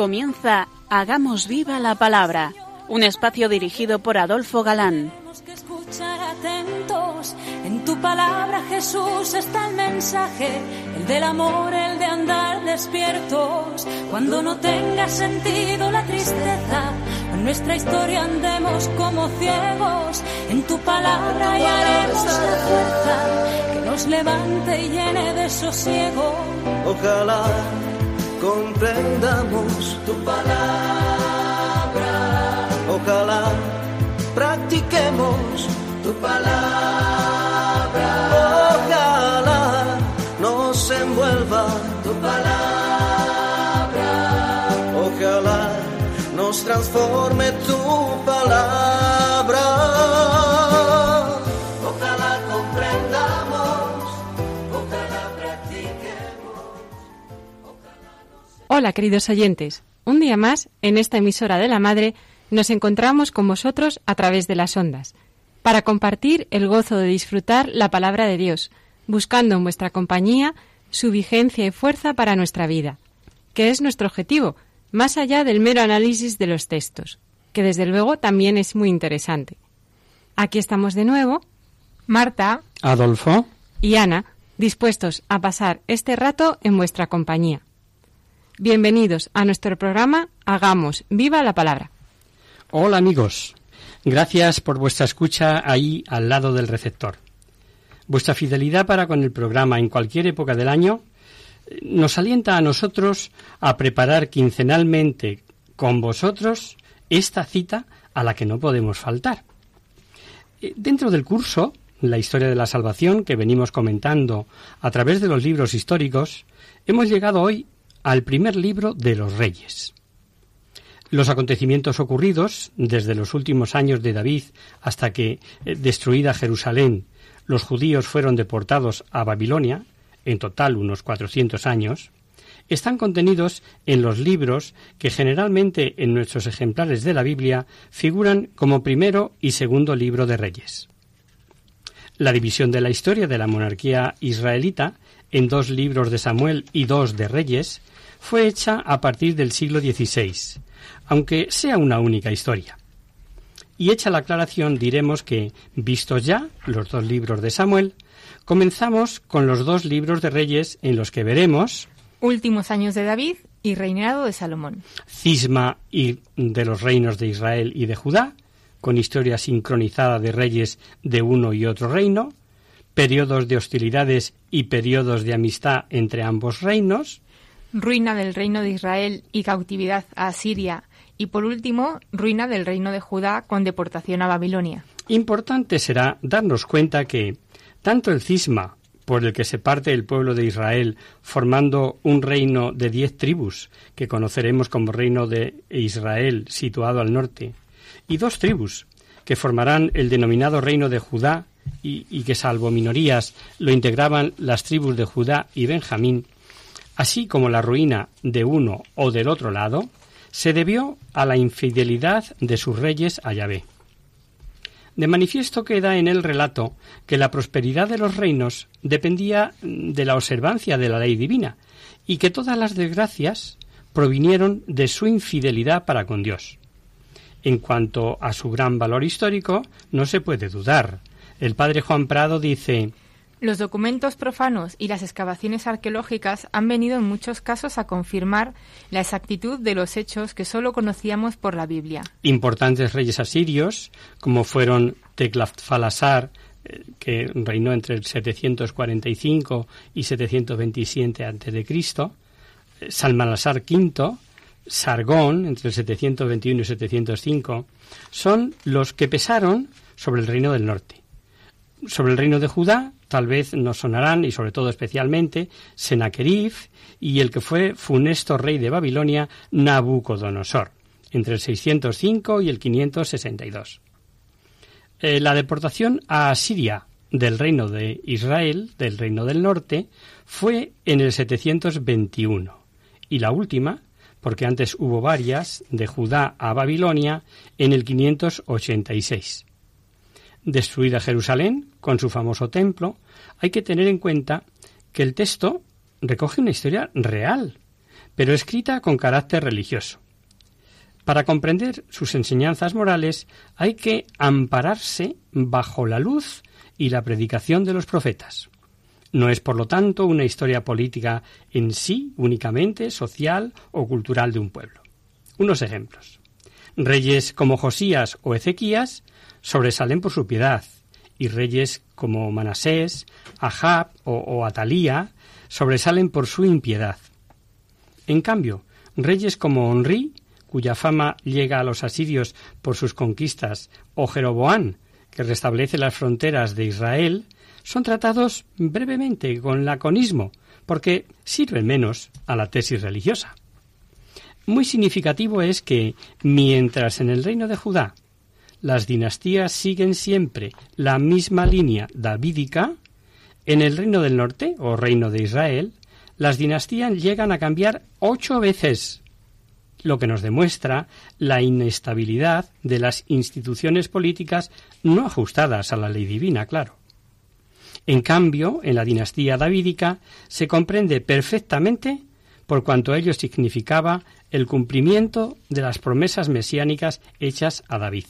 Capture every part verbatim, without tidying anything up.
Comienza Hagamos Viva la Palabra, un espacio dirigido por Adolfo Galán. Tenemos que escuchar atentos. En tu palabra, Jesús, está el mensaje, el del amor, el de andar despiertos. Cuando no tenga sentido la tristeza, en nuestra historia andemos como ciegos. En tu palabra y haremos la fuerza que nos levante y llene de sosiego. Ojalá comprendamos tu palabra. Ojalá practiquemos tu palabra. Ojalá nos envuelva tu palabra. Ojalá nos transforme tu palabra. Ojalá comprendamos, ojalá practiquemos. Ojalá nos... Hola, queridos oyentes. Un día más, en esta emisora de la Madre, nos encontramos con vosotros a través de las ondas, para compartir el gozo de disfrutar la palabra de Dios, buscando en vuestra compañía su vigencia y fuerza para nuestra vida, que es nuestro objetivo, más allá del mero análisis de los textos, que desde luego también es muy interesante. Aquí estamos de nuevo, Marta, Adolfo y Ana, dispuestos a pasar este rato en vuestra compañía. Bienvenidos a nuestro programa Hagamos Viva la Palabra. Hola amigos, gracias por vuestra escucha ahí al lado del receptor. Vuestra fidelidad para con el programa en cualquier época del año nos alienta a nosotros a preparar quincenalmente con vosotros esta cita a la que no podemos faltar. Dentro del curso, la historia de la salvación que venimos comentando a través de los libros históricos, hemos llegado hoy al primer libro de los Reyes. Los acontecimientos ocurridos desde los últimos años de David hasta que, eh, destruida Jerusalén, los judíos fueron deportados a Babilonia, en total unos cuatrocientos años, están contenidos en los libros que generalmente en nuestros ejemplares de la Biblia figuran como primero y segundo libro de Reyes. La división de la historia de la monarquía israelita en dos libros de Samuel y dos de Reyes fue hecha a partir del siglo dieciséis, aunque sea una única historia. Y hecha la aclaración, diremos que, vistos ya los dos libros de Samuel, comenzamos con los dos libros de Reyes en los que veremos últimos años de David y reinado de Salomón, cisma y de los reinos de Israel y de Judá, con historia sincronizada de reyes de uno y otro reino, periodos de hostilidades y periodos de amistad entre ambos reinos, ruina del reino de Israel y cautividad a Asiria, y por último, ruina del reino de Judá con deportación a Babilonia. Importante será darnos cuenta que tanto el cisma por el que se parte el pueblo de Israel formando un reino de diez tribus, que conoceremos como reino de Israel situado al norte, y dos tribus, que formarán el denominado reino de Judá y, y que salvo minorías lo integraban las tribus de Judá y Benjamín, así como la ruina de uno o del otro lado, se debió a la infidelidad de sus reyes a Yahvé. De manifiesto queda en el relato que la prosperidad de los reinos dependía de la observancia de la ley divina y que todas las desgracias provinieron de su infidelidad para con Dios. En cuanto a su gran valor histórico, no se puede dudar. El padre Juan Prado dice: los documentos profanos y las excavaciones arqueológicas han venido en muchos casos a confirmar la exactitud de los hechos que solo conocíamos por la Biblia. Importantes reyes asirios, como fueron Teclafalasar, que reinó entre el setecientos cuarenta y cinco y setecientos veintisiete antes de Cristo, Salmanasar quinto, Sargón, entre el setecientos veintiuno y setecientos cinco, son los que pesaron sobre el reino del norte. Sobre el reino de Judá, tal vez nos sonarán, y sobre todo especialmente, Sennacherib y el que fue funesto rey de Babilonia, Nabucodonosor, entre el seiscientos cinco y el quinientos sesenta y dos. Eh, la deportación a Asiria del reino de Israel, del reino del norte, fue en el setecientos veintiuno, y la última, porque antes hubo varias, de Judá a Babilonia, en el quinientos ochenta y seis. Destruida Jerusalén, con su famoso templo, hay que tener en cuenta que el texto recoge una historia real, pero escrita con carácter religioso. Para comprender sus enseñanzas morales hay que ampararse bajo la luz y la predicación de los profetas. No es, por lo tanto, una historia política en sí, únicamente social o cultural de un pueblo. Unos ejemplos. Reyes como Josías o Ezequías sobresalen por su piedad, y reyes como Manasés, Ahab o, o Atalía sobresalen por su impiedad. En cambio, reyes como Onrí, cuya fama llega a los asirios por sus conquistas, o Jeroboam, que restablece las fronteras de Israel, son tratados brevemente con laconismo, porque sirven menos a la tesis religiosa. Muy significativo es que, mientras en el reino de Judá las dinastías siguen siempre la misma línea davídica, en el reino del norte, o reino de Israel, las dinastías llegan a cambiar ocho veces, lo que nos demuestra la inestabilidad de las instituciones políticas no ajustadas a la ley divina, claro. En cambio, en la dinastía davídica se comprende perfectamente por cuanto ello significaba el cumplimiento de las promesas mesiánicas hechas a David.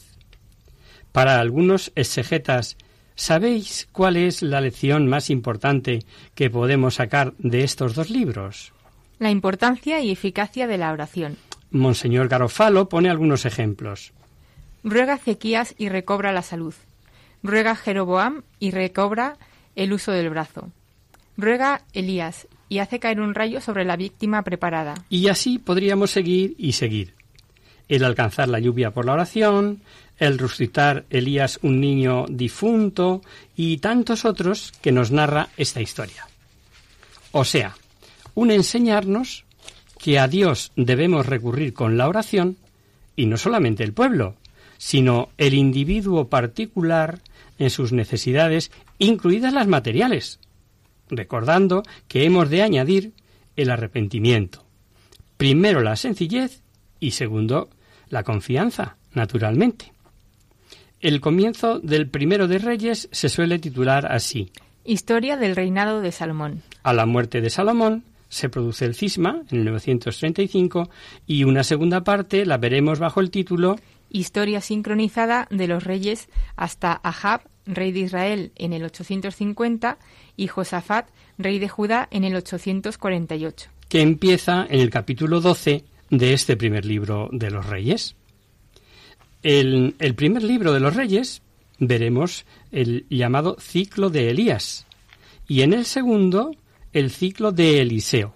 Para algunos exegetas, ¿sabéis cuál es la lección más importante que podemos sacar de estos dos libros? La importancia y eficacia de la oración. Monseñor Garofalo pone algunos ejemplos. Ruega Ezequías y recobra la salud. Ruega Jeroboam y recobra el uso del brazo. Ruega Elías y hace caer un rayo sobre la víctima preparada. Y así podríamos seguir y seguir. El alcanzar la lluvia por la oración, el resucitar Elías un niño difunto y tantos otros que nos narra esta historia. O sea, un enseñarnos que a Dios debemos recurrir con la oración, y no solamente el pueblo, sino el individuo particular en sus necesidades, incluidas las materiales, recordando que hemos de añadir el arrepentimiento. Primero la sencillez y segundo la confianza, naturalmente. El comienzo del Primero de Reyes se suele titular así: Historia del reinado de Salomón. A la muerte de Salomón se produce el cisma en el novecientos treinta y cinco y una segunda parte la veremos bajo el título Historia sincronizada de los reyes hasta Ahab, rey de Israel, en el ochocientos cincuenta y Josafat, rey de Judá, en el ochocientos cuarenta y ocho. Que empieza en el capítulo doce de este primer libro de los Reyes. El, el primer libro de los Reyes veremos el llamado ciclo de Elías y en el segundo el ciclo de Eliseo.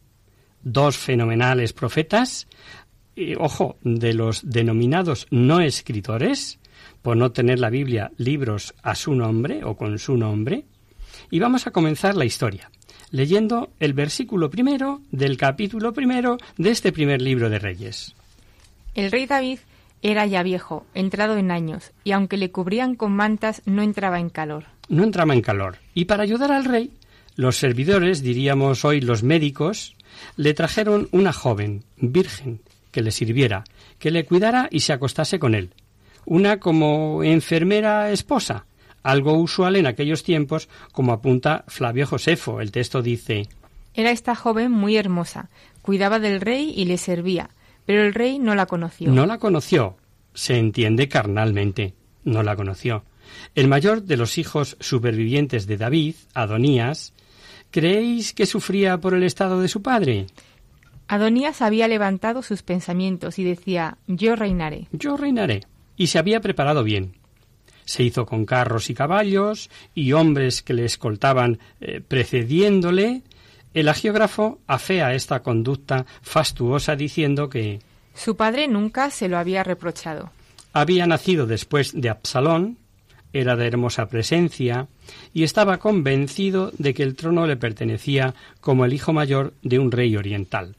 Dos fenomenales profetas, eh, ojo, de los denominados no escritores, por no tener la Biblia libros a su nombre o con su nombre. Y vamos a comenzar la historia, leyendo el versículo primero del capítulo primero de este primer libro de Reyes. El rey David era ya viejo, entrado en años, y aunque le cubrían con mantas, no entraba en calor. No entraba en calor. Y para ayudar al rey, los servidores, diríamos hoy los médicos, le trajeron una joven, virgen, que le sirviera, que le cuidara y se acostase con él. Una como enfermera esposa, algo usual en aquellos tiempos, como apunta Flavio Josefo. El texto dice: Era esta joven muy hermosa, cuidaba del rey y le servía, pero el rey no la conoció. No la conoció, se entiende carnalmente, no la conoció. El mayor de los hijos supervivientes de David, Adonías, ¿creéis que sufría por el estado de su padre? Adonías había levantado sus pensamientos y decía: yo reinaré. Yo reinaré. Y se había preparado bien. Se hizo con carros y caballos y hombres que le escoltaban eh, precediéndole. El hagiógrafo afea esta conducta fastuosa diciendo que su padre nunca se lo había reprochado. Había nacido después de Absalón, era de hermosa presencia y estaba convencido de que el trono le pertenecía como el hijo mayor de un rey oriental.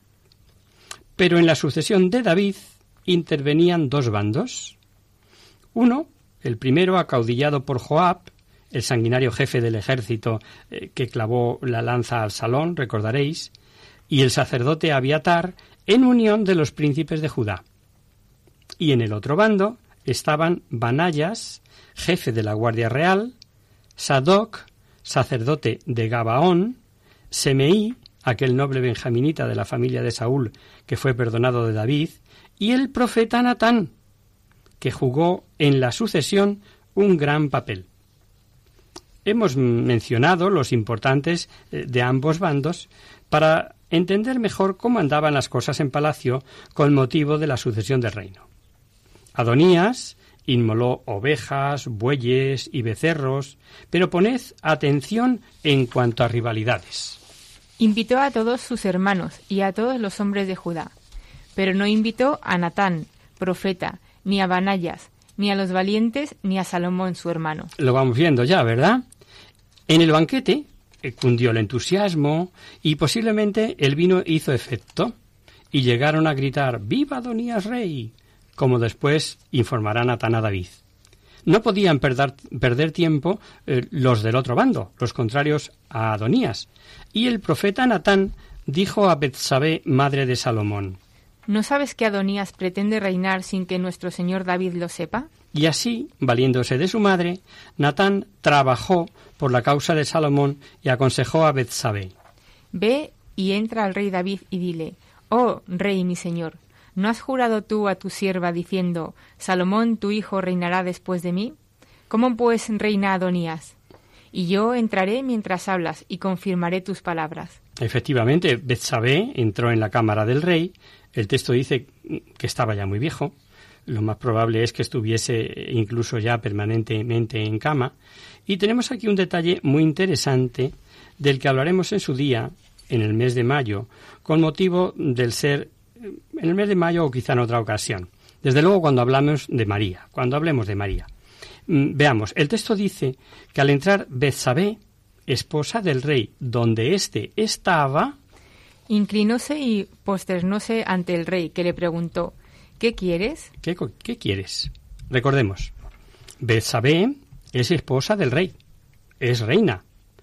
Pero en la sucesión de David intervenían dos bandos. Uno, el primero acaudillado por Joab, el sanguinario jefe del ejército eh, que clavó la lanza al Salón, recordaréis, y el sacerdote Abiatar, en unión de los príncipes de Judá. Y en el otro bando estaban Banayas, jefe de la Guardia Real, Sadoc, sacerdote de Gabaón, Semeí, aquel noble benjaminita de la familia de Saúl que fue perdonado de David, y el profeta Natán, que jugó en la sucesión un gran papel. Hemos mencionado los importantes de ambos bandos para entender mejor cómo andaban las cosas en palacio con motivo de la sucesión del reino. Adonías inmoló ovejas, bueyes y becerros, pero poned atención en cuanto a rivalidades. Invitó a todos sus hermanos y a todos los hombres de Judá, pero no invitó a Natán, profeta, ni a Banayas, ni a los valientes, ni a Salomón su hermano. Lo vamos viendo ya, ¿verdad? En el banquete eh, cundió el entusiasmo y posiblemente el vino hizo efecto y llegaron a gritar «¡Viva Adonías rey!», como después informará Natán a David. No podían perder, perder tiempo eh, los del otro bando, los contrarios a Adonías, y el profeta Natán dijo a Betsabé, madre de Salomón: ¿No sabes que Adonías pretende reinar sin que nuestro señor David lo sepa? Y así, valiéndose de su madre, Natán trabajó por la causa de Salomón y aconsejó a Betsabé: Ve y entra al rey David y dile: Oh, rey mi señor, ¿no has jurado tú a tu sierva diciendo: Salomón tu hijo reinará después de mí? ¿Cómo pues reina Adonías? Y yo entraré mientras hablas y confirmaré tus palabras. Efectivamente, Betsabé entró en la cámara del rey. El texto dice que estaba ya muy viejo. Lo más probable es que estuviese incluso ya permanentemente en cama. Y tenemos aquí un detalle muy interesante del que hablaremos en su día, en el mes de mayo, con motivo del ser, en el mes de mayo o quizá en otra ocasión. Desde luego cuando hablamos de María, cuando hablemos de María. Veamos, el texto dice que al entrar Betsabé, esposa del rey, donde éste estaba, inclinóse y posternóse ante el rey, que le preguntó: ¿Qué quieres? ¿Qué, qué quieres? Recordemos, Betsabé es esposa del rey, es reina,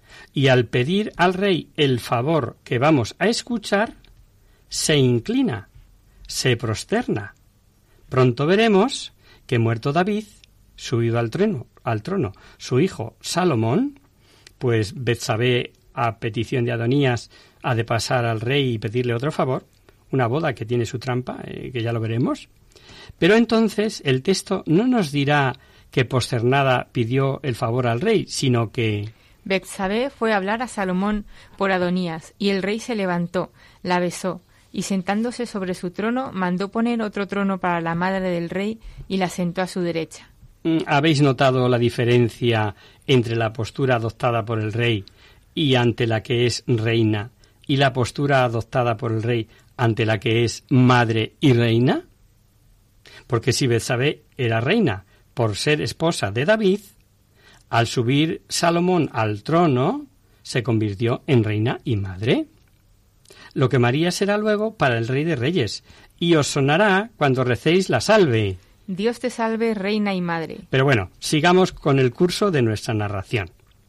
y al pedir al rey el favor que vamos a escuchar, se inclina, se prosterna. Pronto veremos que, muerto David, subido al trono, al trono su hijo Salomón, pues Betsabé, a petición de Adonías, ha de pasar al rey y pedirle otro favor, una boda que tiene su trampa, eh, que ya lo veremos. Pero entonces el texto no nos dirá que posternada pidió el favor al rey, sino que Betsabé fue a hablar a Salomón por Adonías, y el rey se levantó, la besó, y sentándose sobre su trono, mandó poner otro trono para la madre del rey y la sentó a su derecha. ¿Habéis notado la diferencia entre la postura adoptada por el rey y ante la que es reina, y la postura adoptada por el rey ante la que es madre y reina? Porque si Betsabé era reina por ser esposa de David, al subir Salomón al trono, se convirtió en reina y madre. Lo que María será luego para el Rey de Reyes, y os sonará cuando recéis la salve. Dios te salve, reina y madre. Pero bueno, sigamos con el curso de nuestra narración.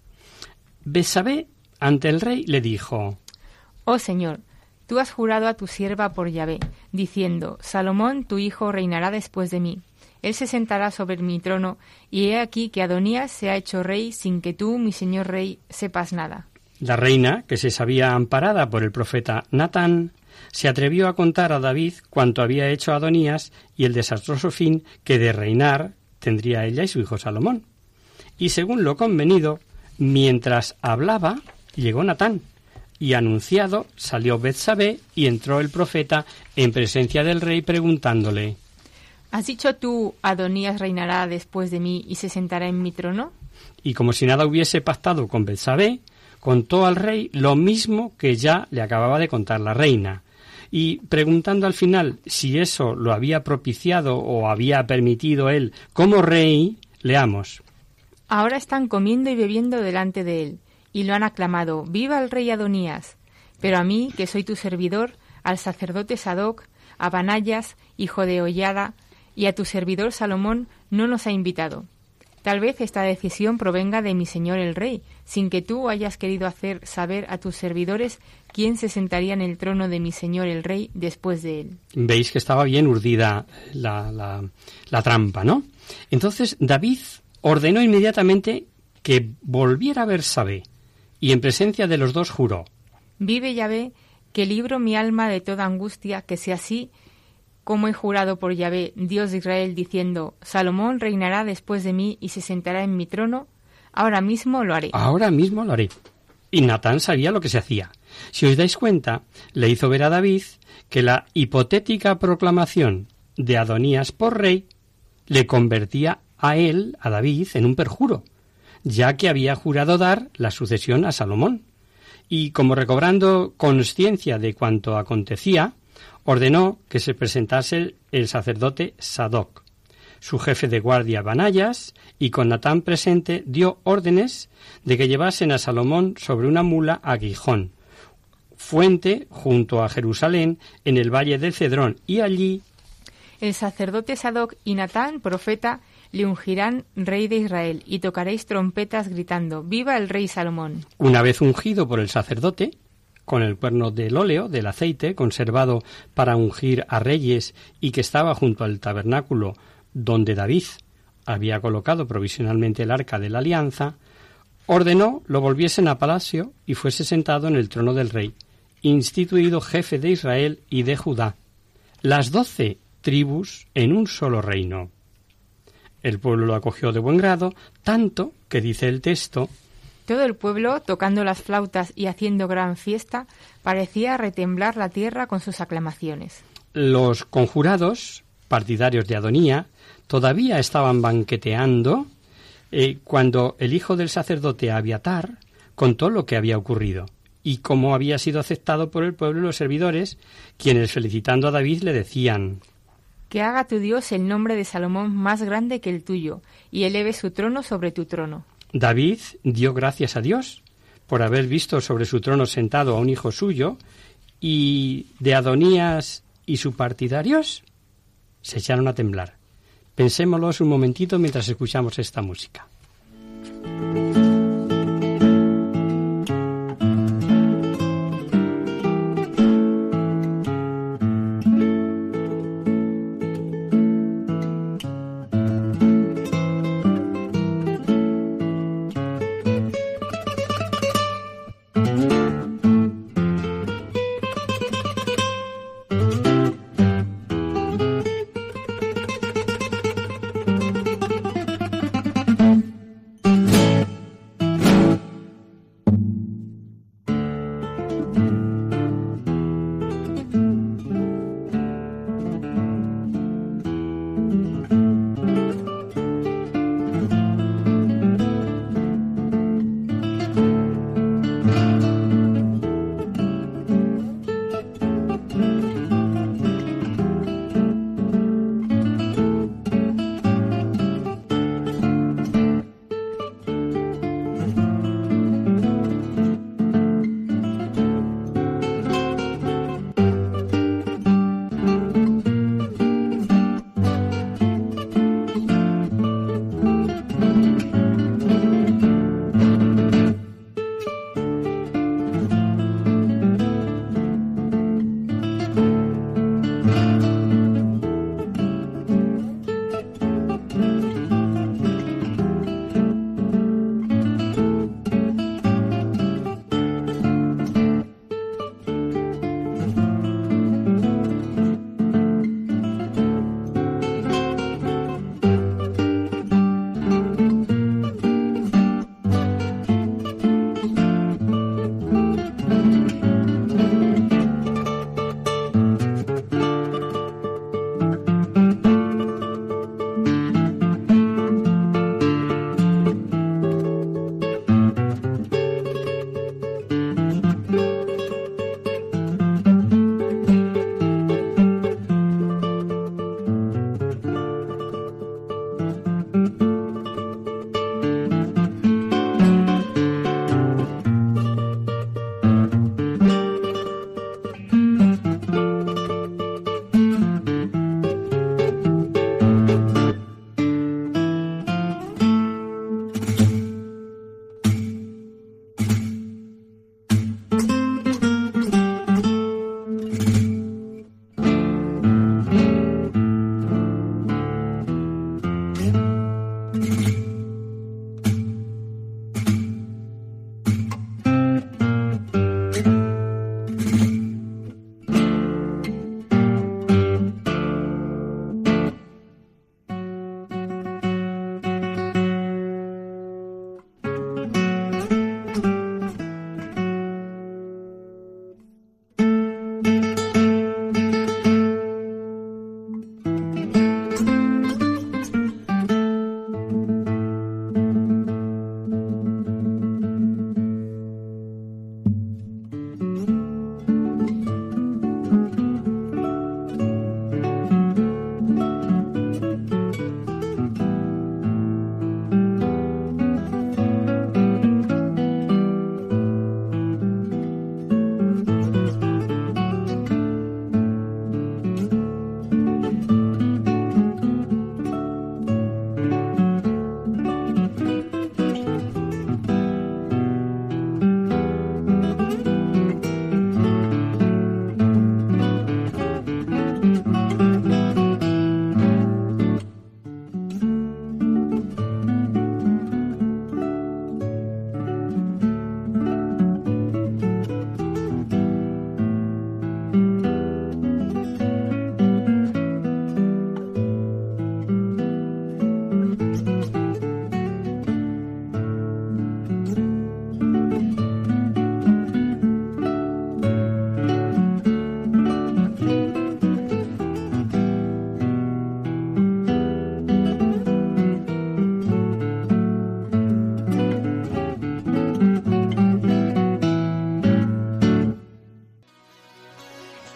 Betsabé ante el rey le dijo: Oh Señor, tú has jurado a tu sierva por Yahvé, diciendo: Salomón tu hijo reinará después de mí. Él se sentará sobre mi trono, y he aquí que Adonías se ha hecho rey sin que tú, mi señor rey, sepas nada. La reina, que se sabía amparada por el profeta Natán, se atrevió a contar a David cuanto había hecho Adonías y el desastroso fin que de reinar tendría ella y su hijo Salomón. Y según lo convenido, mientras hablaba, llegó Natán, y anunciado salió Betsabé y entró el profeta en presencia del rey preguntándole: ¿Has dicho tú, Adonías reinará después de mí y se sentará en mi trono? Y como si nada hubiese pactado con Betsabé, contó al rey lo mismo que ya le acababa de contar la reina. Y preguntando al final si eso lo había propiciado o había permitido él como rey, leamos. Ahora están comiendo y bebiendo delante de él, y lo han aclamado: ¡Viva el rey Adonías! Pero a mí, que soy tu servidor, al sacerdote Sadoc, a Banayas, hijo de Hollada, y a tu servidor Salomón, no nos ha invitado. Tal vez esta decisión provenga de mi señor el rey, sin que tú hayas querido hacer saber a tus servidores quién se sentaría en el trono de mi señor el rey después de él. Veis que estaba bien urdida la, la, la trampa, ¿no? Entonces David ordenó inmediatamente que volviera a Betsabé, y en presencia de los dos juró: Vive Yahvé, que libro mi alma de toda angustia, que si así como he jurado por Yahvé, Dios de Israel, diciendo, Salomón reinará después de mí y se sentará en mi trono, ahora mismo lo haré. Ahora mismo lo haré. Y Natán sabía lo que se hacía. Si os dais cuenta, le hizo ver a David que la hipotética proclamación de Adonías por rey le convertía a él, a David, en un perjuro, ya que había jurado dar la sucesión a Salomón. Y como recobrando conciencia de cuanto acontecía, ordenó que se presentase el sacerdote Sadoc, su jefe de guardia Banayas, y con Natán presente dio órdenes de que llevasen a Salomón sobre una mula a Gijón, fuente junto a Jerusalén, en el valle del Cedrón, y allí el sacerdote Sadoc y Natán, profeta, le ungirán rey de Israel, y tocaréis trompetas gritando, ¡viva el rey Salomón! Una vez ungido por el sacerdote, con el cuerno del óleo, del aceite, conservado para ungir a reyes y que estaba junto al tabernáculo donde David había colocado provisionalmente el arca de la alianza, ordenó lo volviesen a palacio y fuese sentado en el trono del rey, instituido jefe de Israel y de Judá, las doce tribus en un solo reino. El pueblo lo acogió de buen grado, tanto que dice el texto: todo el pueblo, tocando las flautas y haciendo gran fiesta, parecía retemblar la tierra con sus aclamaciones. Los conjurados, partidarios de Adonía, todavía estaban banqueteando eh, cuando el hijo del sacerdote Abiatar contó lo que había ocurrido y cómo había sido aceptado por el pueblo y los servidores, quienes, felicitando a David, le decían: que haga tu Dios el nombre de Salomón más grande que el tuyo, y eleve su trono sobre tu trono. David dio gracias a Dios por haber visto sobre su trono sentado a un hijo suyo, y de Adonías y sus partidarios se echaron a temblar. Pensémoslos un momentito mientras escuchamos esta música.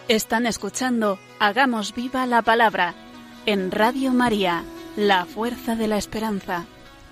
Están escuchando Hagamos viva la palabra en Radio María, la fuerza de la esperanza.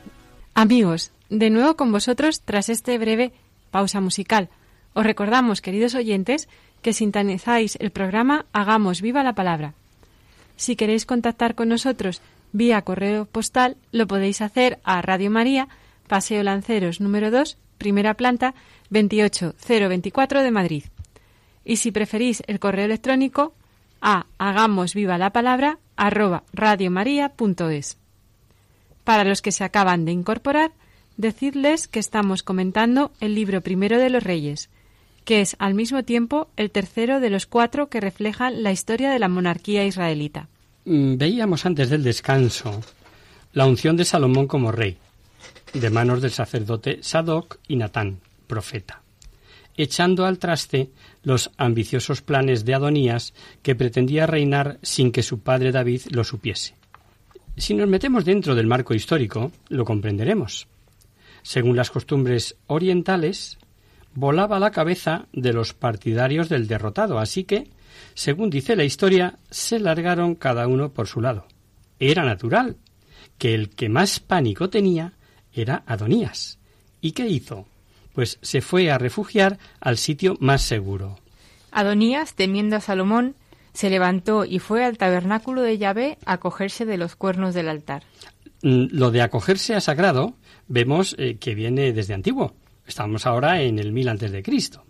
Amigos, de nuevo con vosotros tras este breve pausa musical. Os recordamos, queridos oyentes, que sintonizáis el programa Hagamos viva la palabra. Si queréis contactar con nosotros vía correo postal, lo podéis hacer a Radio María, Paseo Lanceros número dos, primera planta, veintiocho cero veinticuatro de Madrid. Y si preferís el correo electrónico, a hagamosvivalapalabra arroba radiomaria.es. Para los que se acaban de incorporar, decirles que estamos comentando el libro primero de los Reyes, que es al mismo tiempo el tercero de los cuatro que reflejan la historia de la monarquía israelita. Veíamos antes del descanso la unción de Salomón como rey, de manos del sacerdote Sadoc y Natán, profeta, echando al traste los ambiciosos planes de Adonías, que pretendía reinar sin que su padre David lo supiese. Si nos metemos dentro del marco histórico, lo comprenderemos. Según las costumbres orientales, volaba la cabeza de los partidarios del derrotado, así que, según dice la historia, se largaron cada uno por su lado. Era natural que el que más pánico tenía era Adonías. ¿Y qué hizo? Pues se fue a refugiar al sitio más seguro. Adonías, temiendo a Salomón, se levantó y fue al tabernáculo de Yahvé a cogerse de los cuernos del altar. Lo de acogerse a sagrado vemos eh, que viene desde antiguo. Estamos ahora en el mil antes de Cristo.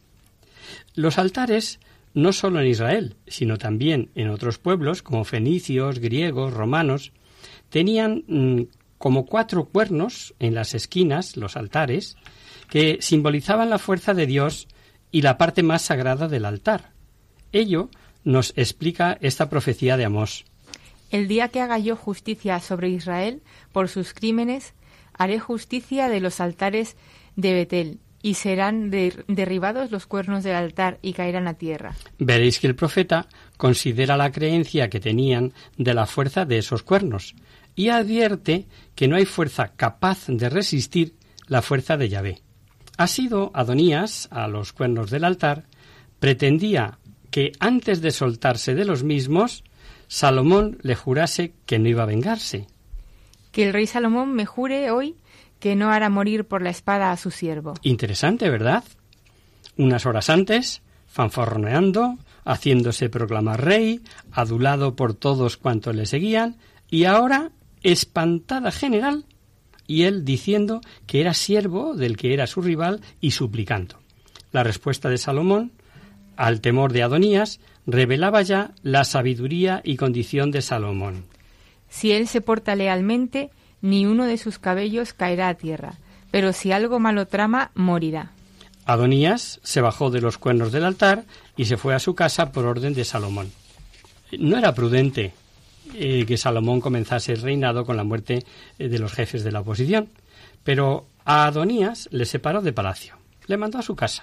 Los altares, no solo en Israel, sino también en otros pueblos, como fenicios, griegos, romanos, tenían mmm, como cuatro cuernos en las esquinas, los altares, que simbolizaban la fuerza de Dios y la parte más sagrada del altar. Ello nos explica esta profecía de Amós. El día que haga yo justicia sobre Israel por sus crímenes, haré justicia de los altares de Betel, y serán de- derribados los cuernos del altar y caerán a tierra. Veréis que el profeta considera la creencia que tenían de la fuerza de esos cuernos y advierte que no hay fuerza capaz de resistir la fuerza de Yahvé. Ha sido Adonías, a los cuernos del altar, pretendía que antes de soltarse de los mismos, Salomón le jurase que no iba a vengarse. Que el rey Salomón me jure hoy que no hará morir por la espada a su siervo. Interesante, ¿verdad? Unas horas antes, fanfarroneando, haciéndose proclamar rey, adulado por todos cuantos le seguían, y ahora, espantada general, y él diciendo que era siervo del que era su rival y suplicando. La respuesta de Salomón al temor de Adonías revelaba ya la sabiduría y condición de Salomón. Si él se porta lealmente, ni uno de sus cabellos caerá a tierra, pero si algo malo trama, morirá. Adonías se bajó de los cuernos del altar y se fue a su casa por orden de Salomón. No era prudente eh, que Salomón comenzase el reinado con la muerte eh, de los jefes de la oposición, pero a Adonías le separó de palacio, le mandó a su casa.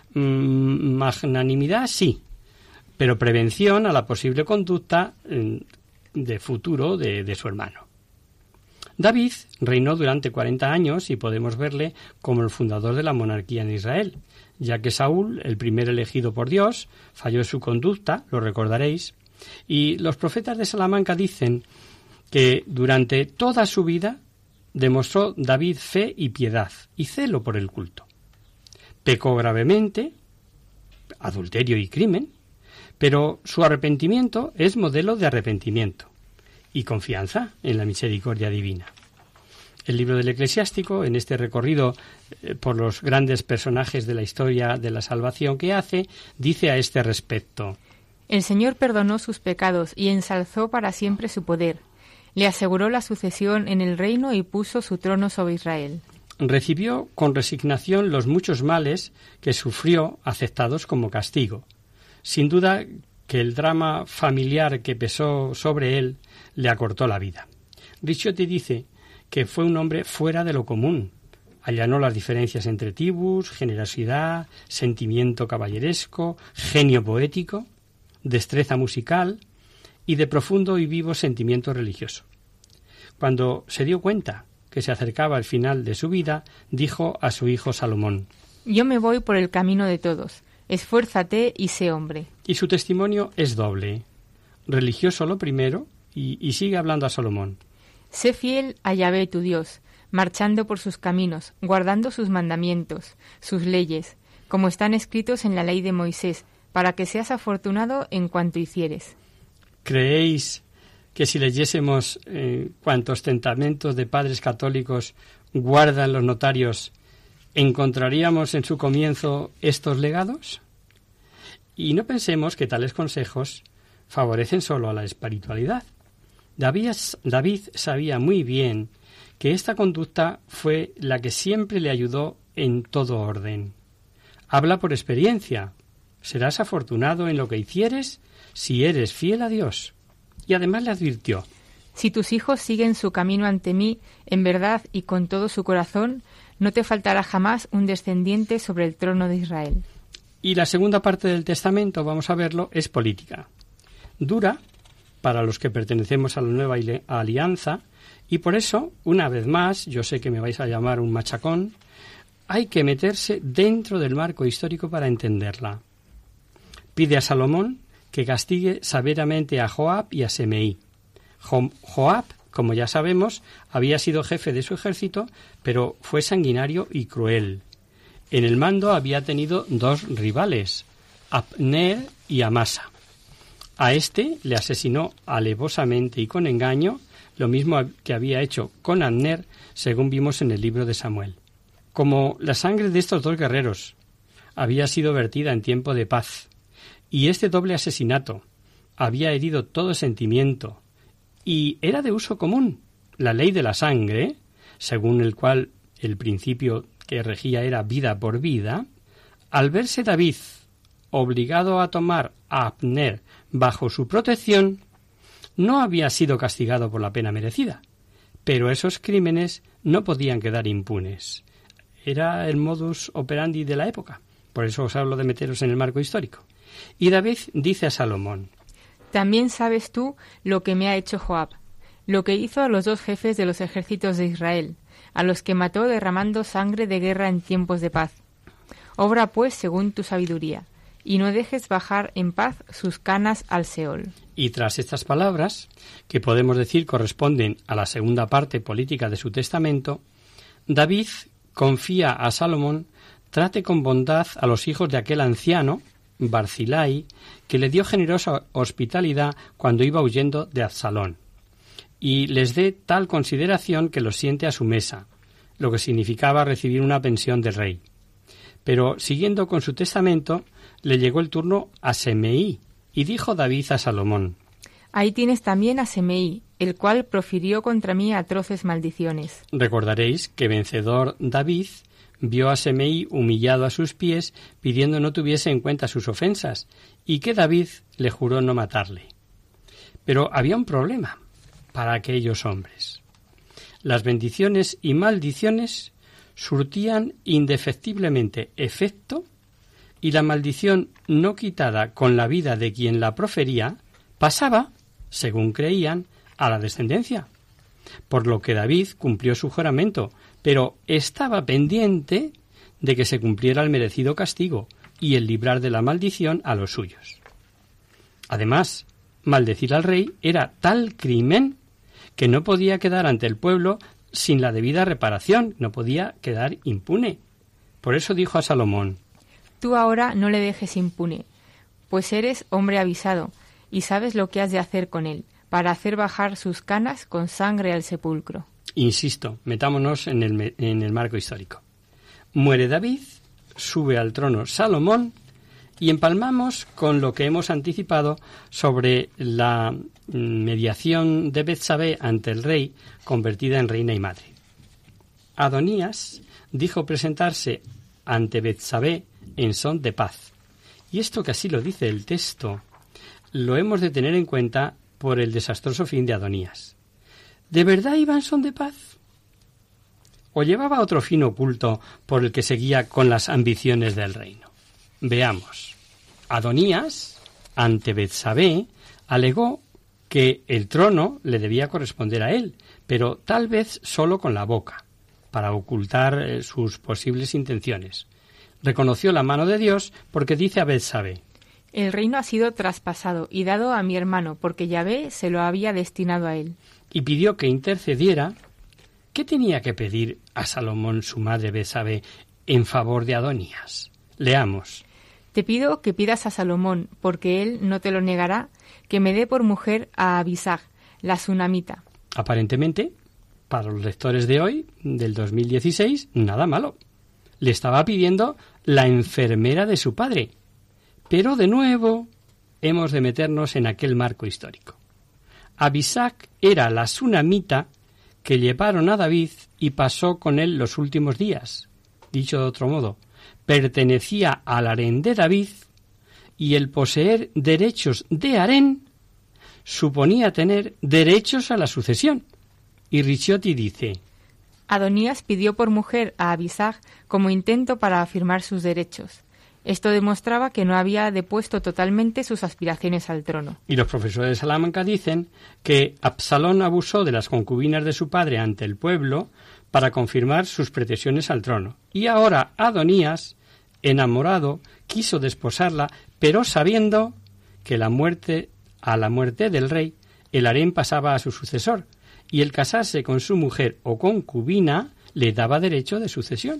Mm, magnanimidad sí, pero prevención a la posible conducta eh, de futuro de, de su hermano. David reinó durante cuarenta años y podemos verle como el fundador de la monarquía en Israel, ya que Saúl, el primer elegido por Dios, falló en su conducta, lo recordaréis, y los profetas de Salamanca dicen que durante toda su vida demostró David fe y piedad y celo por el culto. Pecó gravemente, adulterio y crimen, pero su arrepentimiento es modelo de arrepentimiento y confianza en la misericordia divina. El libro del Eclesiástico, en este recorrido eh, por los grandes personajes de la historia de la salvación que hace, dice a este respecto: El Señor perdonó sus pecados y ensalzó para siempre su poder. Le aseguró la sucesión en el reino y puso su trono sobre Israel. Recibió con resignación los muchos males que sufrió, aceptados como castigo. Sin duda que el drama familiar que pesó sobre él le acortó la vida. Ricciotti dice que fue un hombre fuera de lo común. Allanó las diferencias entre tribus, generosidad, sentimiento caballeresco, genio poético, destreza musical y de profundo y vivo sentimiento religioso. Cuando se dio cuenta que se acercaba el final de su vida, dijo a su hijo Salomón: Yo me voy por el camino de todos. Esfuérzate y sé hombre. Y su testimonio es doble, religioso lo primero, y, y sigue hablando a Salomón. Sé fiel a Yahvé tu Dios, marchando por sus caminos, guardando sus mandamientos, sus leyes, como están escritos en la ley de Moisés, para que seas afortunado en cuanto hicieres. ¿Creéis que si leyésemos eh, cuantos testamentos de padres católicos guardan los notarios, encontraríamos en su comienzo estos legados? Y no pensemos que tales consejos favorecen solo a la espiritualidad. David, David sabía muy bien que esta conducta fue la que siempre le ayudó en todo orden. Habla por experiencia. Serás afortunado en lo que hicieres si eres fiel a Dios. Y además le advirtió: si tus hijos siguen su camino ante mí, en verdad y con todo su corazón, no te faltará jamás un descendiente sobre el trono de Israel. Y la segunda parte del testamento, vamos a verlo, es política. Dura para los que pertenecemos a la nueva alianza, y por eso, una vez más, yo sé que me vais a llamar un machacón, hay que meterse dentro del marco histórico para entenderla. Pide a Salomón que castigue severamente a Joab y a Semeí. Jo- Joab, como ya sabemos, había sido jefe de su ejército, pero fue sanguinario y cruel. En el mando había tenido dos rivales, Abner y Amasa. A este le asesinó alevosamente y con engaño, lo mismo que había hecho con Abner, según vimos en el libro de Samuel. Como la sangre de estos dos guerreros había sido vertida en tiempo de paz, y este doble asesinato había herido todo sentimiento, y era de uso común la ley de la sangre, según el cual el principio que regía era vida por vida, al verse David obligado a tomar a Abner bajo su protección, no había sido castigado por la pena merecida, pero esos crímenes no podían quedar impunes. Era el modus operandi de la época, por eso os hablo de meteros en el marco histórico. Y David dice a Salomón: también sabes tú lo que me ha hecho Joab, lo que hizo a los dos jefes de los ejércitos de Israel, a los que mató derramando sangre de guerra en tiempos de paz. Obra pues según tu sabiduría, y no dejes bajar en paz sus canas al Seol. Y tras estas palabras, que podemos decir corresponden a la segunda parte política de su testamento, David confía a Salomón trate con bondad a los hijos de aquel anciano, Barzilai, que le dio generosa hospitalidad cuando iba huyendo de Absalón, y les dé tal consideración que los siente a su mesa, lo que significaba recibir una pensión del rey. Pero, siguiendo con su testamento, le llegó el turno a Semeí, y dijo David a Salomón: ahí tienes también a Semeí, el cual profirió contra mí atroces maldiciones. Recordaréis que vencedor David vio a Semeí humillado a sus pies, pidiendo no tuviese en cuenta sus ofensas, y que David le juró no matarle. Pero había un problema para aquellos hombres. Las bendiciones y maldiciones surtían indefectiblemente efecto, y la maldición no quitada con la vida de quien la profería pasaba, según creían, a la descendencia. Por lo que David cumplió su juramento, pero estaba pendiente de que se cumpliera el merecido castigo y el librar de la maldición a los suyos. Además, maldecir al rey era tal crimen que no podía quedar ante el pueblo sin la debida reparación, no podía quedar impune. Por eso dijo a Salomón: tú ahora no le dejes impune, pues eres hombre avisado y sabes lo que has de hacer con él, para hacer bajar sus canas con sangre al sepulcro. Insisto, metámonos en el, en el marco histórico. Muere David, sube al trono Salomón, y empalmamos con lo que hemos anticipado sobre la mediación de Betsabé ante el rey, convertida en reina y madre. Adonías dijo presentarse ante Betsabé en son de paz. Y esto, que así lo dice el texto, lo hemos de tener en cuenta por el desastroso fin de Adonías. ¿De verdad iba en son de paz? ¿O llevaba otro fin oculto por el que seguía con las ambiciones del reino? Veamos. Adonías, ante Betsabé, alegó que el trono le debía corresponder a él, pero tal vez solo con la boca, para ocultar eh, sus posibles intenciones. Reconoció la mano de Dios porque dice a Betsabé: El reino ha sido traspasado y dado a mi hermano, porque Yahvé se lo había destinado a él. Y pidió que intercediera. ¿Qué tenía que pedir a Salomón su madre Betsabé en favor de Adonías? Leamos. Te pido que pidas a Salomón, porque él no te lo negará, que me dé por mujer a Abisag, la sunamita. Aparentemente, para los lectores de hoy, del dos mil dieciséis, nada malo. Le estaba pidiendo la enfermera de su padre. Pero de nuevo hemos de meternos en aquel marco histórico. Abisag era la sunamita que llevaron a David y pasó con él los últimos días. Dicho de otro modo, pertenecía al harén de David y el poseer derechos de harén suponía tener derechos a la sucesión. Y Ricciotti dice: Adonías pidió por mujer a Abisag como intento para afirmar sus derechos. Esto demostraba que no había depuesto totalmente sus aspiraciones al trono. Y los profesores de Salamanca dicen que Absalón abusó de las concubinas de su padre ante el pueblo para confirmar sus pretensiones al trono. Y ahora Adonías, enamorado, quiso desposarla, pero sabiendo que la muerte, a la muerte del rey, el harén pasaba a su sucesor, y el casarse con su mujer o concubina le daba derecho de sucesión.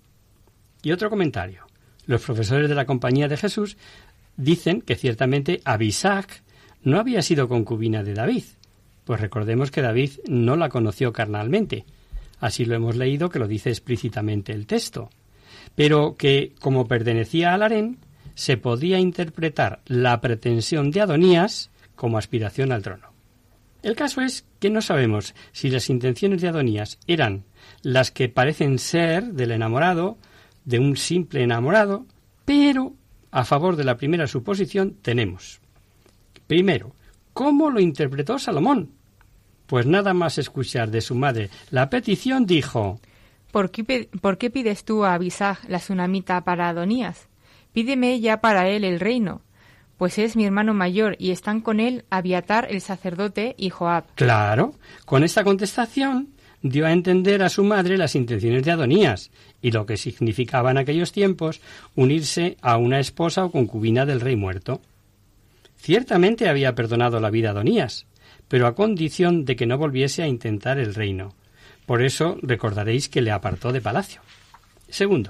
Y otro comentario. Los profesores de la Compañía de Jesús dicen que ciertamente Abisag no había sido concubina de David, pues recordemos que David no la conoció carnalmente. Así lo hemos leído, que lo dice explícitamente el texto. Pero que, como pertenecía al harén, se podía interpretar la pretensión de Adonías como aspiración al trono. El caso es que no sabemos si las intenciones de Adonías eran las que parecen ser del enamorado, de un simple enamorado, pero a favor de la primera suposición tenemos. Primero, ¿cómo lo interpretó Salomón? Pues nada más escuchar de su madre la petición, dijo: ¿Por qué, ¿Por qué pides tú a Abisag, la sunamita, para Adonías? Pídeme ya para él el reino, pues es mi hermano mayor y están con él Abiatar el sacerdote y Joab. Claro, con esta contestación dio a entender a su madre las intenciones de Adonías y lo que significaba en aquellos tiempos unirse a una esposa o concubina del rey muerto. Ciertamente había perdonado la vida a Adonías, pero a condición de que no volviese a intentar el reino. Por eso recordaréis que le apartó de palacio. Segundo,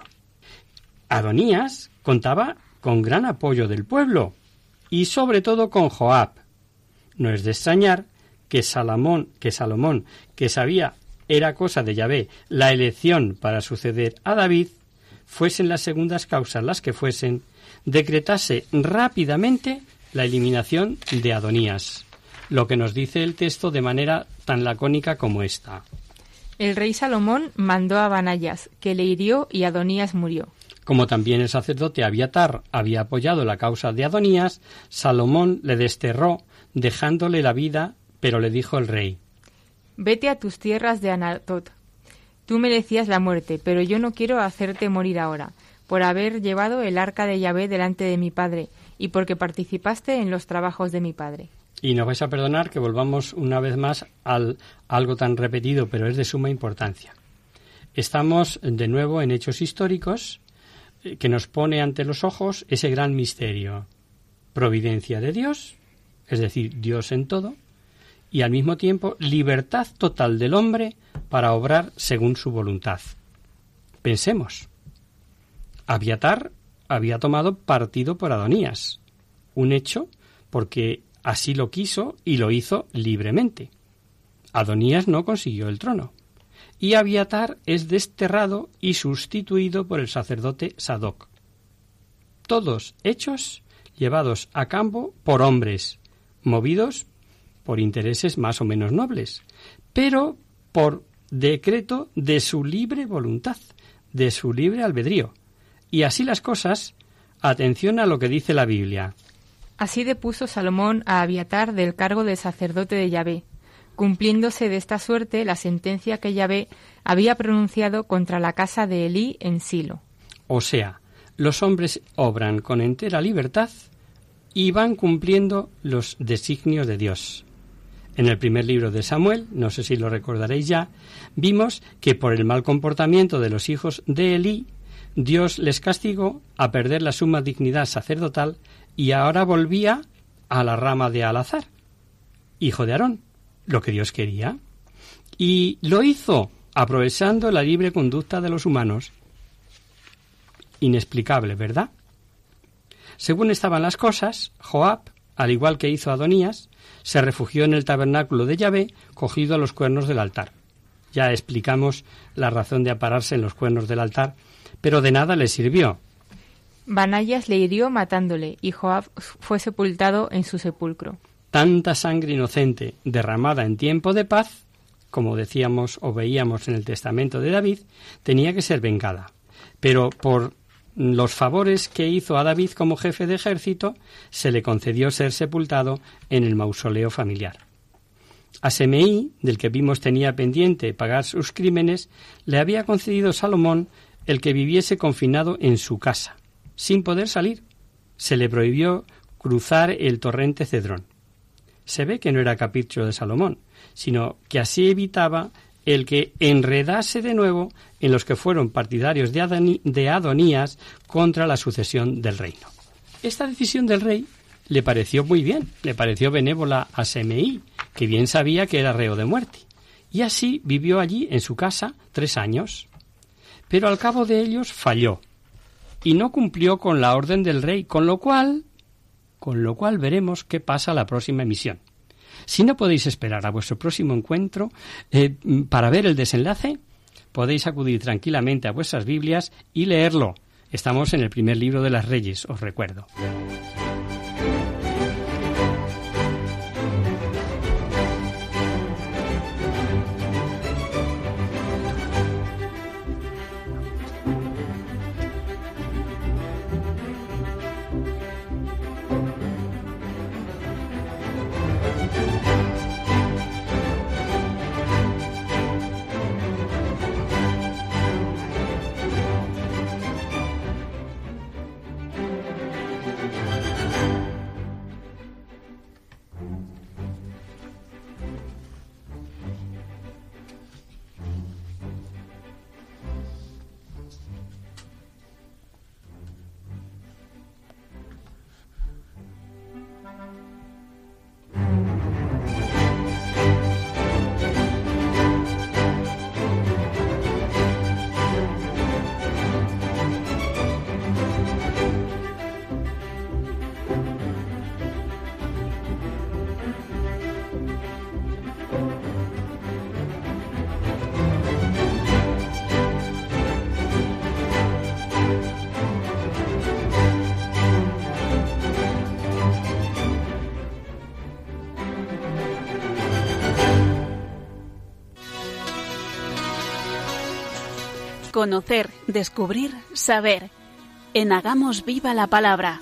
Adonías contaba con gran apoyo del pueblo y sobre todo con Joab. No es de extrañar que Salomón, que Salomón, que sabía era cosa de Yahvé la elección para suceder a David, fuesen las segundas causas las que fuesen, decretase rápidamente la eliminación de Adonías, lo que nos dice el texto de manera tan lacónica como esta. El rey Salomón mandó a Banayas, que le hirió y Adonías murió. Como también el sacerdote Abiatar había apoyado la causa de Adonías, Salomón le desterró, dejándole la vida, pero le dijo el rey: Vete a tus tierras de Anatot. Tú merecías la muerte, pero yo no quiero hacerte morir ahora, por haber llevado el arca de Yahvé delante de mi padre, y porque participaste en los trabajos de mi padre. Y nos vais a perdonar que volvamos una vez más al algo tan repetido, pero es de suma importancia. Estamos de nuevo en hechos históricos que nos pone ante los ojos ese gran misterio. Providencia de Dios, es decir, Dios en todo, y al mismo tiempo libertad total del hombre para obrar según su voluntad. Pensemos. Abiatar había tomado partido por Adonías, un hecho porque así lo quiso y lo hizo libremente. Adonías no consiguió el trono, y Abiatar es desterrado y sustituido por el sacerdote Sadoc. Todos hechos llevados a cabo por hombres, movidos por intereses más o menos nobles, pero por decreto de su libre voluntad, de su libre albedrío. Y así las cosas, atención a lo que dice la Biblia. Así depuso Salomón a Abiatar del cargo de sacerdote de Yahvé, cumpliéndose de esta suerte la sentencia que Yahvé había pronunciado contra la casa de Elí en Silo. O sea, los hombres obran con entera libertad y van cumpliendo los designios de Dios. En el primer libro de Samuel, no sé si lo recordaréis ya, vimos que por el mal comportamiento de los hijos de Elí, Dios les castigó a perder la suma dignidad sacerdotal y ahora volvía a la rama de Alazar, hijo de Aarón, lo que Dios quería. Y lo hizo aprovechando la libre conducta de los humanos. Inexplicable, ¿verdad? Según estaban las cosas, Joab, al igual que hizo Adonías, se refugió en el tabernáculo de Yahvé, cogido a los cuernos del altar. Ya explicamos la razón de apararse en los cuernos del altar, pero de nada le sirvió. Banayas le hirió matándole, y Joab fue sepultado en su sepulcro. Tanta sangre inocente derramada en tiempo de paz, como decíamos o veíamos en el testamento de David, tenía que ser vengada. Pero por los favores que hizo a David como jefe de ejército, se le concedió ser sepultado en el mausoleo familiar. A Semeí, del que vimos tenía pendiente pagar sus crímenes, le había concedido Salomón el que viviese confinado en su casa, sin poder salir. Se le prohibió cruzar el torrente Cedrón. Se ve que no era capricho de Salomón, sino que así evitaba el que enredase de nuevo en los que fueron partidarios de, Adoni- de Adonías contra la sucesión del reino. Esta decisión del rey le pareció muy bien, le pareció benévola a Semeí, que bien sabía que era reo de muerte, y así vivió allí en su casa tres años. Pero al cabo de ellos falló, y no cumplió con la orden del rey, con lo cual, con lo cual veremos qué pasa a la próxima emisión. Si no podéis esperar a vuestro próximo encuentro eh, para ver el desenlace, podéis acudir tranquilamente a vuestras Biblias y leerlo. Estamos en el primer libro de las Reyes, os recuerdo. Conocer, descubrir, saber. En Hagamos Viva la Palabra.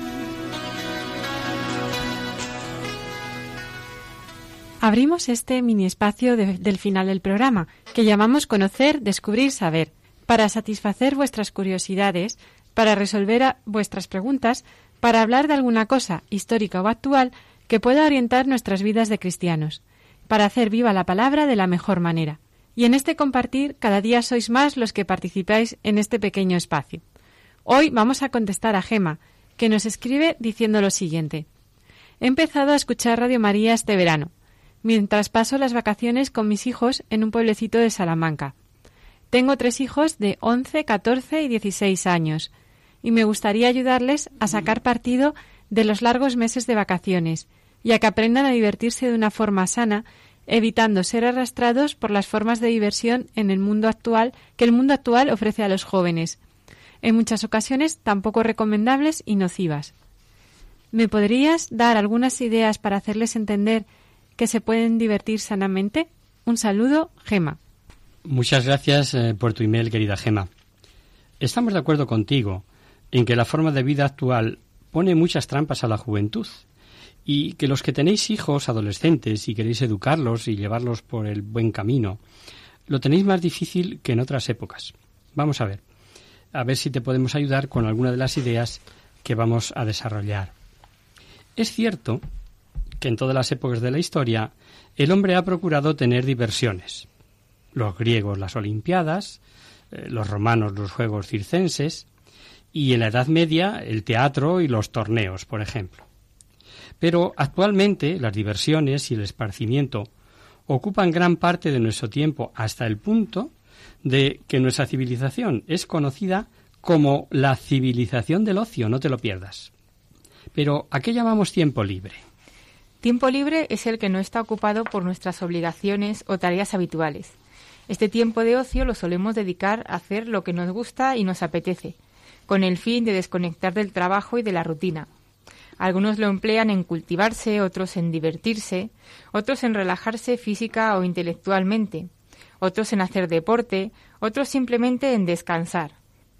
Abrimos este mini espacio de, del final del programa, que llamamos Conocer, Descubrir, Saber, para satisfacer vuestras curiosidades, para resolver a vuestras preguntas, para hablar de alguna cosa histórica o actual que pueda orientar nuestras vidas de cristianos, para hacer viva la palabra de la mejor manera. Y en este compartir, cada día sois más los que participáis en este pequeño espacio. Hoy vamos a contestar a Gema, que nos escribe diciendo lo siguiente. He empezado a escuchar Radio María este verano, mientras paso las vacaciones con mis hijos en un pueblecito de Salamanca. Tengo tres hijos de once, catorce y dieciséis años, y me gustaría ayudarles a sacar partido de los largos meses de vacaciones y a que aprendan a divertirse de una forma sana, evitando ser arrastrados por las formas de diversión en el mundo actual que el mundo actual ofrece a los jóvenes, en muchas ocasiones tan poco recomendables y nocivas. ¿Me podrías dar algunas ideas para hacerles entender que se pueden divertir sanamente? Un saludo, Gema. Muchas gracias eh, por tu email, querida Gema. Estamos de acuerdo contigo en que la forma de vida actual pone muchas trampas a la juventud, y que los que tenéis hijos adolescentes y queréis educarlos y llevarlos por el buen camino, lo tenéis más difícil que en otras épocas. Vamos a ver, a ver si te podemos ayudar con alguna de las ideas que vamos a desarrollar. Es cierto que en todas las épocas de la historia el hombre ha procurado tener diversiones. Los griegos las Olimpiadas, eh, los romanos los Juegos Circenses, y en la Edad Media el teatro y los torneos, por ejemplo. Pero actualmente las diversiones y el esparcimiento ocupan gran parte de nuestro tiempo hasta el punto de que nuestra civilización es conocida como la civilización del ocio, no te lo pierdas. Pero ¿a qué llamamos tiempo libre? Tiempo libre es el que no está ocupado por nuestras obligaciones o tareas habituales. Este tiempo de ocio lo solemos dedicar a hacer lo que nos gusta y nos apetece, con el fin de desconectar del trabajo y de la rutina. Algunos lo emplean en cultivarse, otros en divertirse, otros en relajarse física o intelectualmente, otros en hacer deporte, otros simplemente en descansar.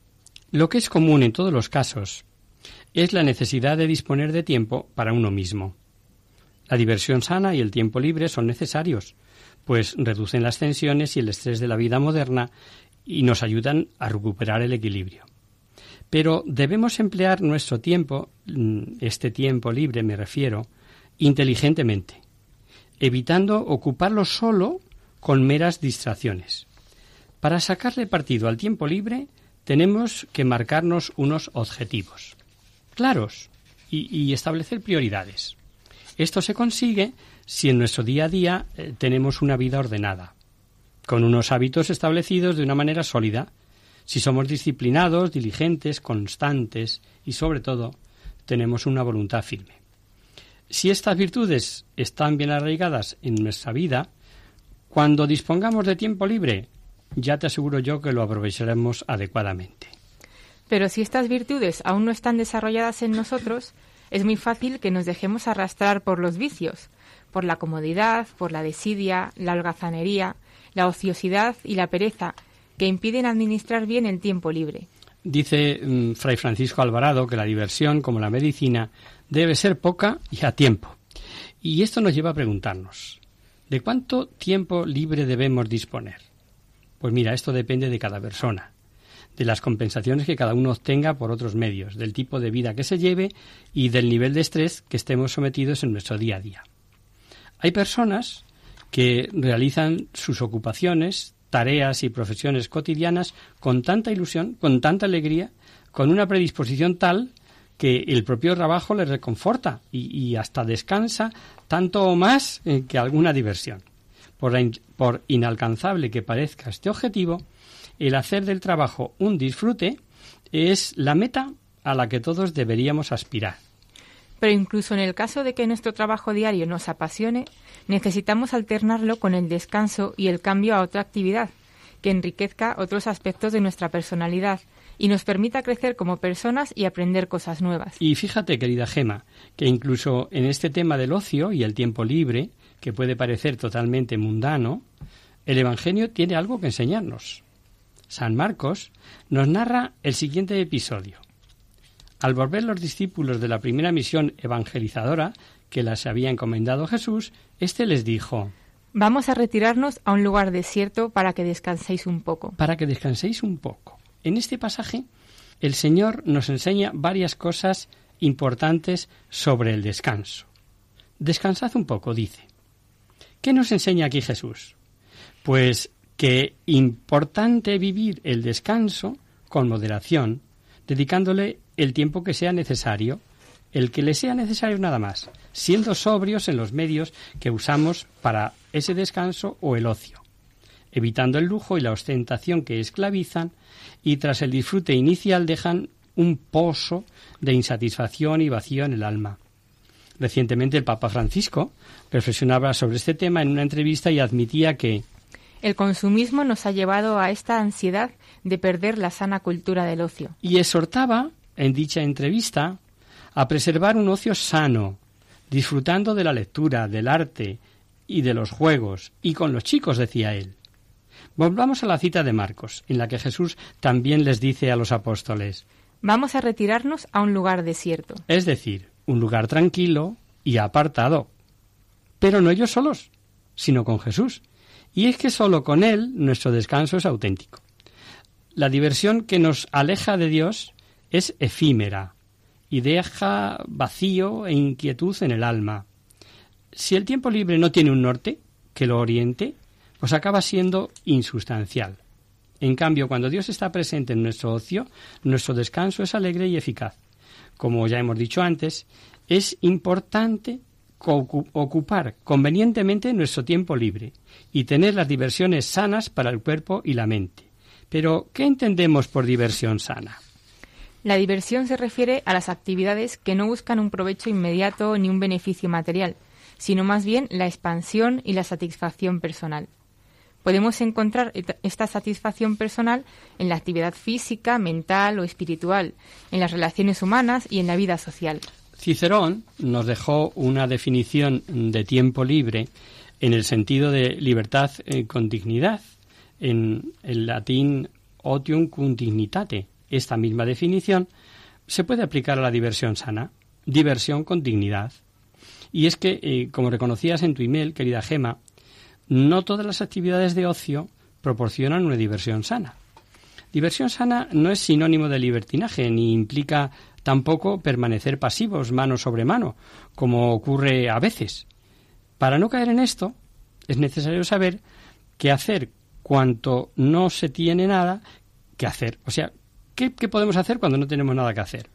Lo que es común en todos los casos es la necesidad de disponer de tiempo para uno mismo. La diversión sana y el tiempo libre son necesarios, pues reducen las tensiones y el estrés de la vida moderna y nos ayudan a recuperar el equilibrio. Pero debemos emplear nuestro tiempo, este tiempo libre me refiero, inteligentemente, evitando ocuparlo solo con meras distracciones. Para sacarle partido al tiempo libre tenemos que marcarnos unos objetivos claros y, y establecer prioridades. Esto se consigue si en nuestro día a día eh, tenemos una vida ordenada, con unos hábitos establecidos de una manera sólida, si somos disciplinados, diligentes, constantes y, sobre todo, tenemos una voluntad firme. Si estas virtudes están bien arraigadas en nuestra vida, cuando dispongamos de tiempo libre, ya te aseguro yo que lo aprovecharemos adecuadamente. Pero si estas virtudes aún no están desarrolladas en nosotros, es muy fácil que nos dejemos arrastrar por los vicios, por la comodidad, por la desidia, la holgazanería, la ociosidad y la pereza, que impiden administrar bien el tiempo libre. Dice um, Fray Francisco Alvarado que la diversión, como la medicina, debe ser poca y a tiempo. Y esto nos lleva a preguntarnos, ¿de cuánto tiempo libre debemos disponer? Pues mira, esto depende de cada persona, de las compensaciones que cada uno obtenga por otros medios, del tipo de vida que se lleve y del nivel de estrés que estemos sometidos en nuestro día a día. Hay personas que realizan sus ocupaciones, tareas y profesiones cotidianas con tanta ilusión, con tanta alegría, con una predisposición tal que el propio trabajo les reconforta y, y hasta descansa tanto o más eh, que alguna diversión. Por, la in, por inalcanzable que parezca este objetivo, el hacer del trabajo un disfrute es la meta a la que todos deberíamos aspirar. Pero incluso en el caso de que nuestro trabajo diario nos apasione, necesitamos alternarlo con el descanso y el cambio a otra actividad, que enriquezca otros aspectos de nuestra personalidad y nos permita crecer como personas y aprender cosas nuevas. Y fíjate, querida Gema, que incluso en este tema del ocio y el tiempo libre, que puede parecer totalmente mundano, el Evangelio tiene algo que enseñarnos. San Marcos nos narra el siguiente episodio. Al volver los discípulos de la primera misión evangelizadora que les había encomendado Jesús, éste les dijo: Vamos a retirarnos a un lugar desierto para que descanséis un poco. Para que descanséis un poco. En este pasaje, el Señor nos enseña varias cosas importantes sobre el descanso. Descansad un poco, dice. ¿Qué nos enseña aquí Jesús? Pues que importante vivir el descanso con moderación, dedicándole el tiempo que sea necesario, el que le sea necesario nada más, siendo sobrios en los medios que usamos para ese descanso o el ocio, evitando el lujo y la ostentación que esclavizan y tras el disfrute inicial dejan un pozo de insatisfacción y vacío en el alma. Recientemente el Papa Francisco reflexionaba sobre este tema en una entrevista y admitía que el consumismo nos ha llevado a esta ansiedad de perder la sana cultura del ocio. Y exhortaba, en dicha entrevista, a preservar un ocio sano, disfrutando de la lectura, del arte y de los juegos, y con los chicos, decía él. Volvamos a la cita de Marcos, en la que Jesús también les dice a los apóstoles: Vamos a retirarnos a un lugar desierto. Es decir, un lugar tranquilo y apartado. Pero no ellos solos, sino con Jesús. Y es que solo con Él nuestro descanso es auténtico. La diversión que nos aleja de Dios es efímera y deja vacío e inquietud en el alma. Si el tiempo libre no tiene un norte que lo oriente, pues acaba siendo insustancial. En cambio, cuando Dios está presente en nuestro ocio, nuestro descanso es alegre y eficaz. Como ya hemos dicho antes, es importante ocupar convenientemente nuestro tiempo libre y tener las diversiones sanas para el cuerpo y la mente. Pero, ¿qué entendemos por diversión sana? La diversión se refiere a las actividades que no buscan un provecho inmediato ni un beneficio material, sino más bien la expansión y la satisfacción personal. Podemos encontrar esta satisfacción personal en la actividad física, mental o espiritual, en las relaciones humanas y en la vida social. Cicerón nos dejó una definición de tiempo libre en el sentido de libertad eh, con dignidad, en el latín otium cum dignitate. Esta misma definición se puede aplicar a la diversión sana, diversión con dignidad. Y es que, eh, como reconocías en tu email, querida Gema, no todas las actividades de ocio proporcionan una diversión sana. Diversión sana no es sinónimo de libertinaje, ni implica tampoco permanecer pasivos mano sobre mano, como ocurre a veces. Para no caer en esto, es necesario saber qué hacer cuando no se tiene nada que hacer. O sea, ¿qué, qué podemos hacer cuando no tenemos nada que hacer?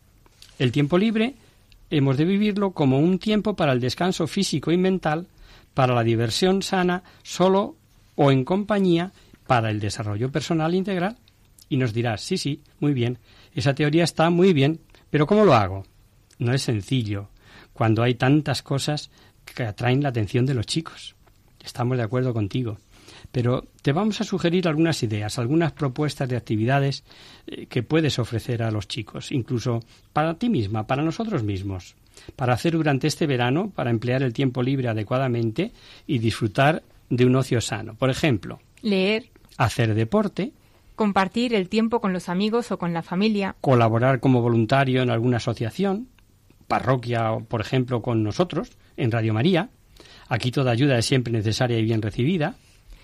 El tiempo libre hemos de vivirlo como un tiempo para el descanso físico y mental, para la diversión sana, solo o en compañía, para el desarrollo personal integral. Y nos dirás, sí, sí, muy bien, esa teoría está muy bien, pero ¿cómo lo hago? No es sencillo, cuando hay tantas cosas que atraen la atención de los chicos. Estamos de acuerdo contigo. Pero te vamos a sugerir algunas ideas, algunas propuestas de actividades eh, que puedes ofrecer a los chicos, incluso para ti misma, para nosotros mismos, para hacer durante este verano, para emplear el tiempo libre adecuadamente y disfrutar de un ocio sano. Por ejemplo, leer, hacer deporte, compartir el tiempo con los amigos o con la familia, colaborar como voluntario en alguna asociación, parroquia, por ejemplo, con nosotros, en Radio María. Aquí toda ayuda es siempre necesaria y bien recibida.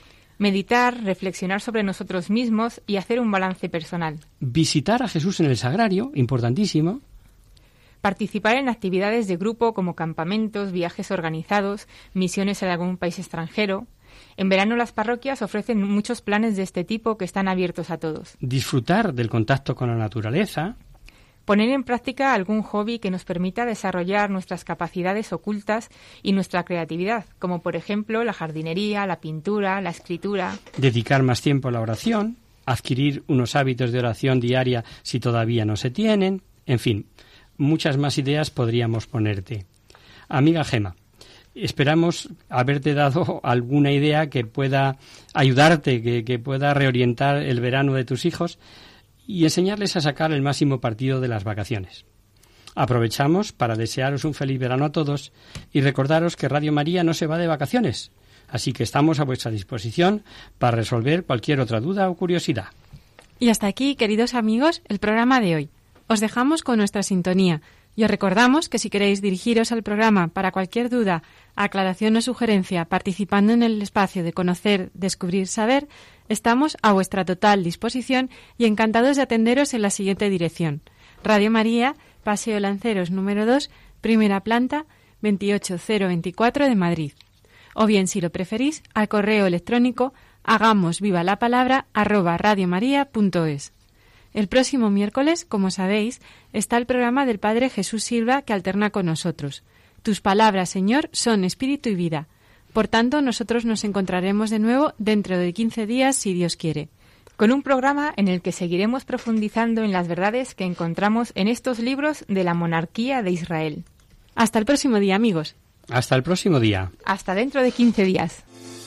Meditar, reflexionar sobre nosotros mismos y hacer un balance personal. Visitar a Jesús en el sagrario, importantísimo. Participar en actividades de grupo como campamentos, viajes organizados, misiones en algún país extranjero. En verano las parroquias ofrecen muchos planes de este tipo que están abiertos a todos. Disfrutar del contacto con la naturaleza. Poner en práctica algún hobby que nos permita desarrollar nuestras capacidades ocultas y nuestra creatividad, como por ejemplo la jardinería, la pintura, la escritura. Dedicar más tiempo a la oración, adquirir unos hábitos de oración diaria si todavía no se tienen, en fin, muchas más ideas podríamos ponerte. Amiga Gema, esperamos haberte dado alguna idea que pueda ayudarte, que, que pueda reorientar el verano de tus hijos y enseñarles a sacar el máximo partido de las vacaciones. Aprovechamos para desearos un feliz verano a todos y recordaros que Radio María no se va de vacaciones, así que estamos a vuestra disposición para resolver cualquier otra duda o curiosidad. Y hasta aquí, queridos amigos, el programa de hoy. Os dejamos con nuestra sintonía y os recordamos que si queréis dirigiros al programa para cualquier duda, aclaración o sugerencia participando en el espacio de conocer, descubrir, saber, estamos a vuestra total disposición y encantados de atenderos en la siguiente dirección. Radio María, Paseo Lanceros número dos, primera planta, veintiocho mil veinticuatro de Madrid. O bien, si lo preferís, al correo electrónico hagamos viva la palabra arroba radiomaria.es. El próximo miércoles, como sabéis, está el programa del Padre Jesús Silva que alterna con nosotros. Tus palabras, Señor, son espíritu y vida. Por tanto, nosotros nos encontraremos de nuevo dentro de quince días, si Dios quiere, con un programa en el que seguiremos profundizando en las verdades que encontramos en estos libros de la monarquía de Israel. Hasta el próximo día, amigos. Hasta el próximo día. Hasta dentro de quince días.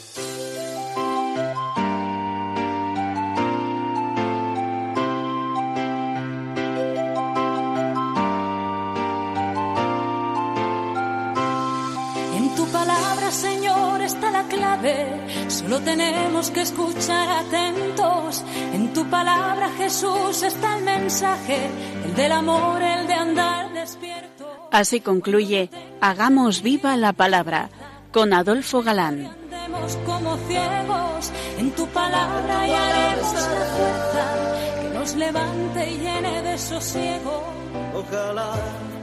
Señor, está la clave, solo tenemos que escuchar atentos. En tu palabra, Jesús, está el mensaje, el del amor, el de andar despierto. Así concluye Hagamos viva la palabra, con Adolfo Galán. Andemos como ciegos, en tu palabra y haremos la fuerza que nos levante y llene de sosiego. Ojalá